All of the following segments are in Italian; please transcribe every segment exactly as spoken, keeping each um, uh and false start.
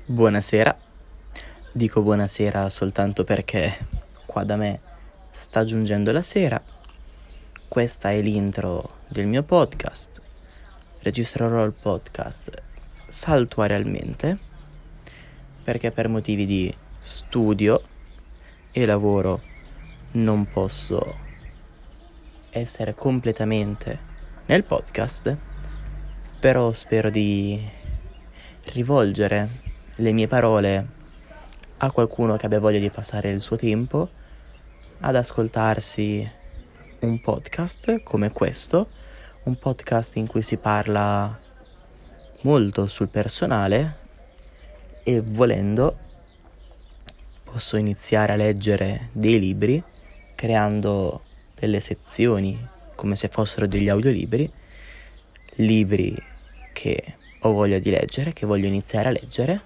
Buonasera, dico buonasera soltanto perché qua da me sta giungendo la sera. Questa è l'intro del mio podcast. Registrerò il podcast saltuariamente perché per motivi di studio e lavoro non posso essere completamente nel podcast, però spero di rivolgere le mie parole a qualcuno che abbia voglia di passare il suo tempo ad ascoltarsi un podcast come questo, un podcast in cui si parla molto sul personale e volendo posso iniziare a leggere dei libri creando delle sezioni come se fossero degli audiolibri, libri che ho voglia di leggere, che voglio iniziare a leggere.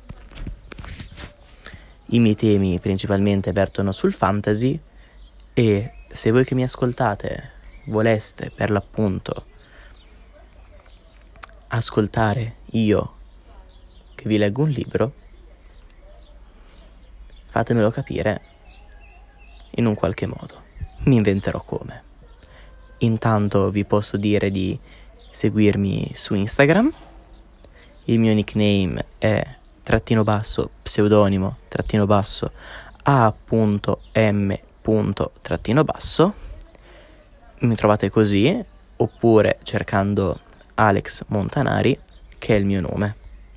I miei temi principalmente vertono sul fantasy e se voi che mi ascoltate voleste per l'appunto ascoltare io che vi leggo un libro, fatemelo capire in un qualche modo, mi inventerò come. Intanto vi posso dire di seguirmi su Instagram, il mio nickname è trattino basso pseudonimo trattino basso a punto m punto trattino basso, mi trovate così oppure cercando Alex Montanari, che è il mio nome.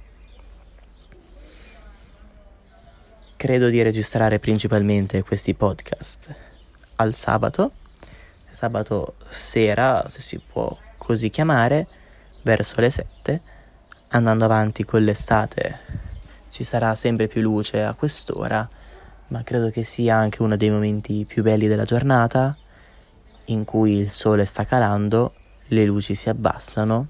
Credo di registrare principalmente questi podcast al sabato sabato sera, se si può così chiamare, verso le sette. Andando avanti con l'estate ci sarà sempre più luce a quest'ora, ma credo che sia anche uno dei momenti più belli della giornata, in cui il sole sta calando, le luci si abbassano,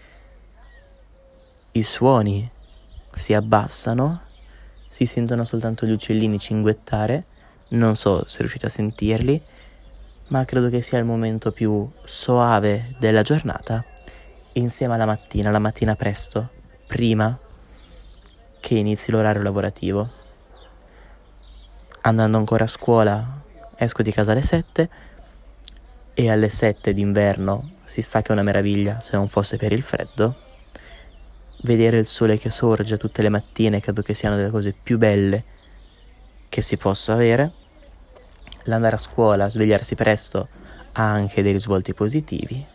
i suoni si abbassano, si sentono soltanto gli uccellini cinguettare, non so se riuscite a sentirli, ma credo che sia il momento più soave della giornata, insieme alla mattina, la mattina presto, prima che inizi l'orario lavorativo. Andando ancora a scuola, esco di casa alle sette e alle sette d'inverno si sta che è una meraviglia se non fosse per il freddo. Vedere il sole che sorge tutte le mattine credo che siano delle cose più belle che si possa avere. L'andare a scuola, svegliarsi presto ha anche dei risvolti positivi,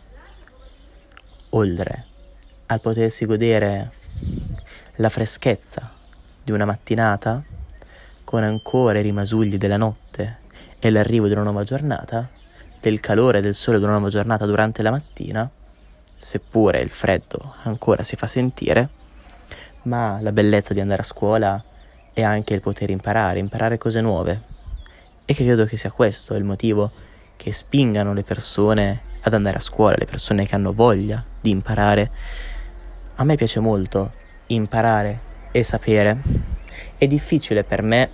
oltre al potersi godere la freschezza di una mattinata con ancora i rimasugli della notte e l'arrivo di una nuova giornata, del calore del sole di una nuova giornata durante la mattina, seppure il freddo ancora si fa sentire, ma la bellezza di andare a scuola è anche il poter imparare, imparare cose nuove, e che credo che sia questo il motivo che spingano le persone ad andare a scuola, le persone che hanno voglia di imparare. A me piace molto imparare e sapere. È difficile per me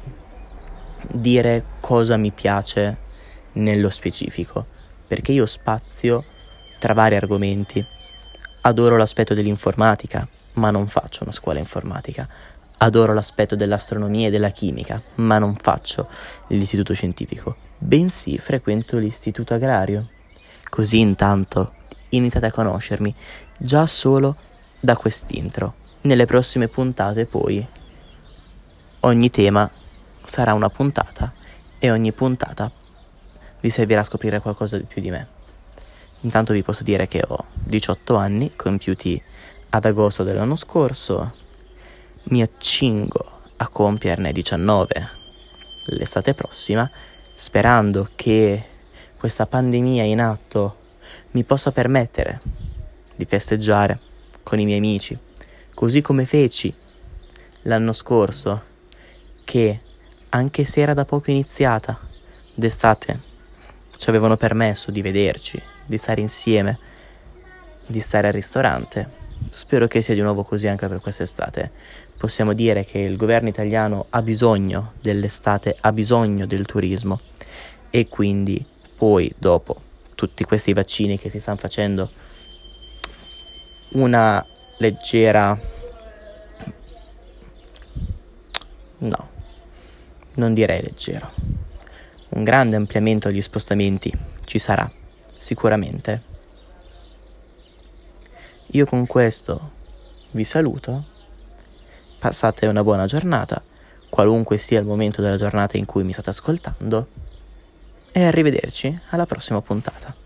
dire cosa mi piace nello specifico, perché io spazio tra vari argomenti. Adoro l'aspetto dell'informatica, ma non faccio una scuola informatica. Adoro l'aspetto dell'astronomia e della chimica, ma non faccio l'istituto scientifico, bensì frequento l'istituto agrario. Così intanto iniziate a conoscermi già solo da quest'intro. Nelle prossime puntate poi ogni tema sarà una puntata e ogni puntata vi servirà a scoprire qualcosa di più di me. Intanto vi posso dire che ho diciotto anni, compiuti ad agosto dell'anno scorso. Mi accingo a compierne diciannove l'estate prossima, sperando che questa pandemia in atto mi possa permettere di festeggiare con i miei amici, così come feci l'anno scorso, che anche se era da poco iniziata, d'estate ci avevano permesso di vederci, di stare insieme, di stare al ristorante. Spero che sia di nuovo così anche per quest'estate. Possiamo dire che il governo italiano ha bisogno dell'estate, ha bisogno del turismo, e quindi poi dopo tutti questi vaccini che si stanno facendo, una leggera No, non direi leggero. Un grande ampliamento degli spostamenti ci sarà, sicuramente. Io con questo vi saluto, passate una buona giornata, qualunque sia il momento della giornata in cui mi state ascoltando, e arrivederci alla prossima puntata.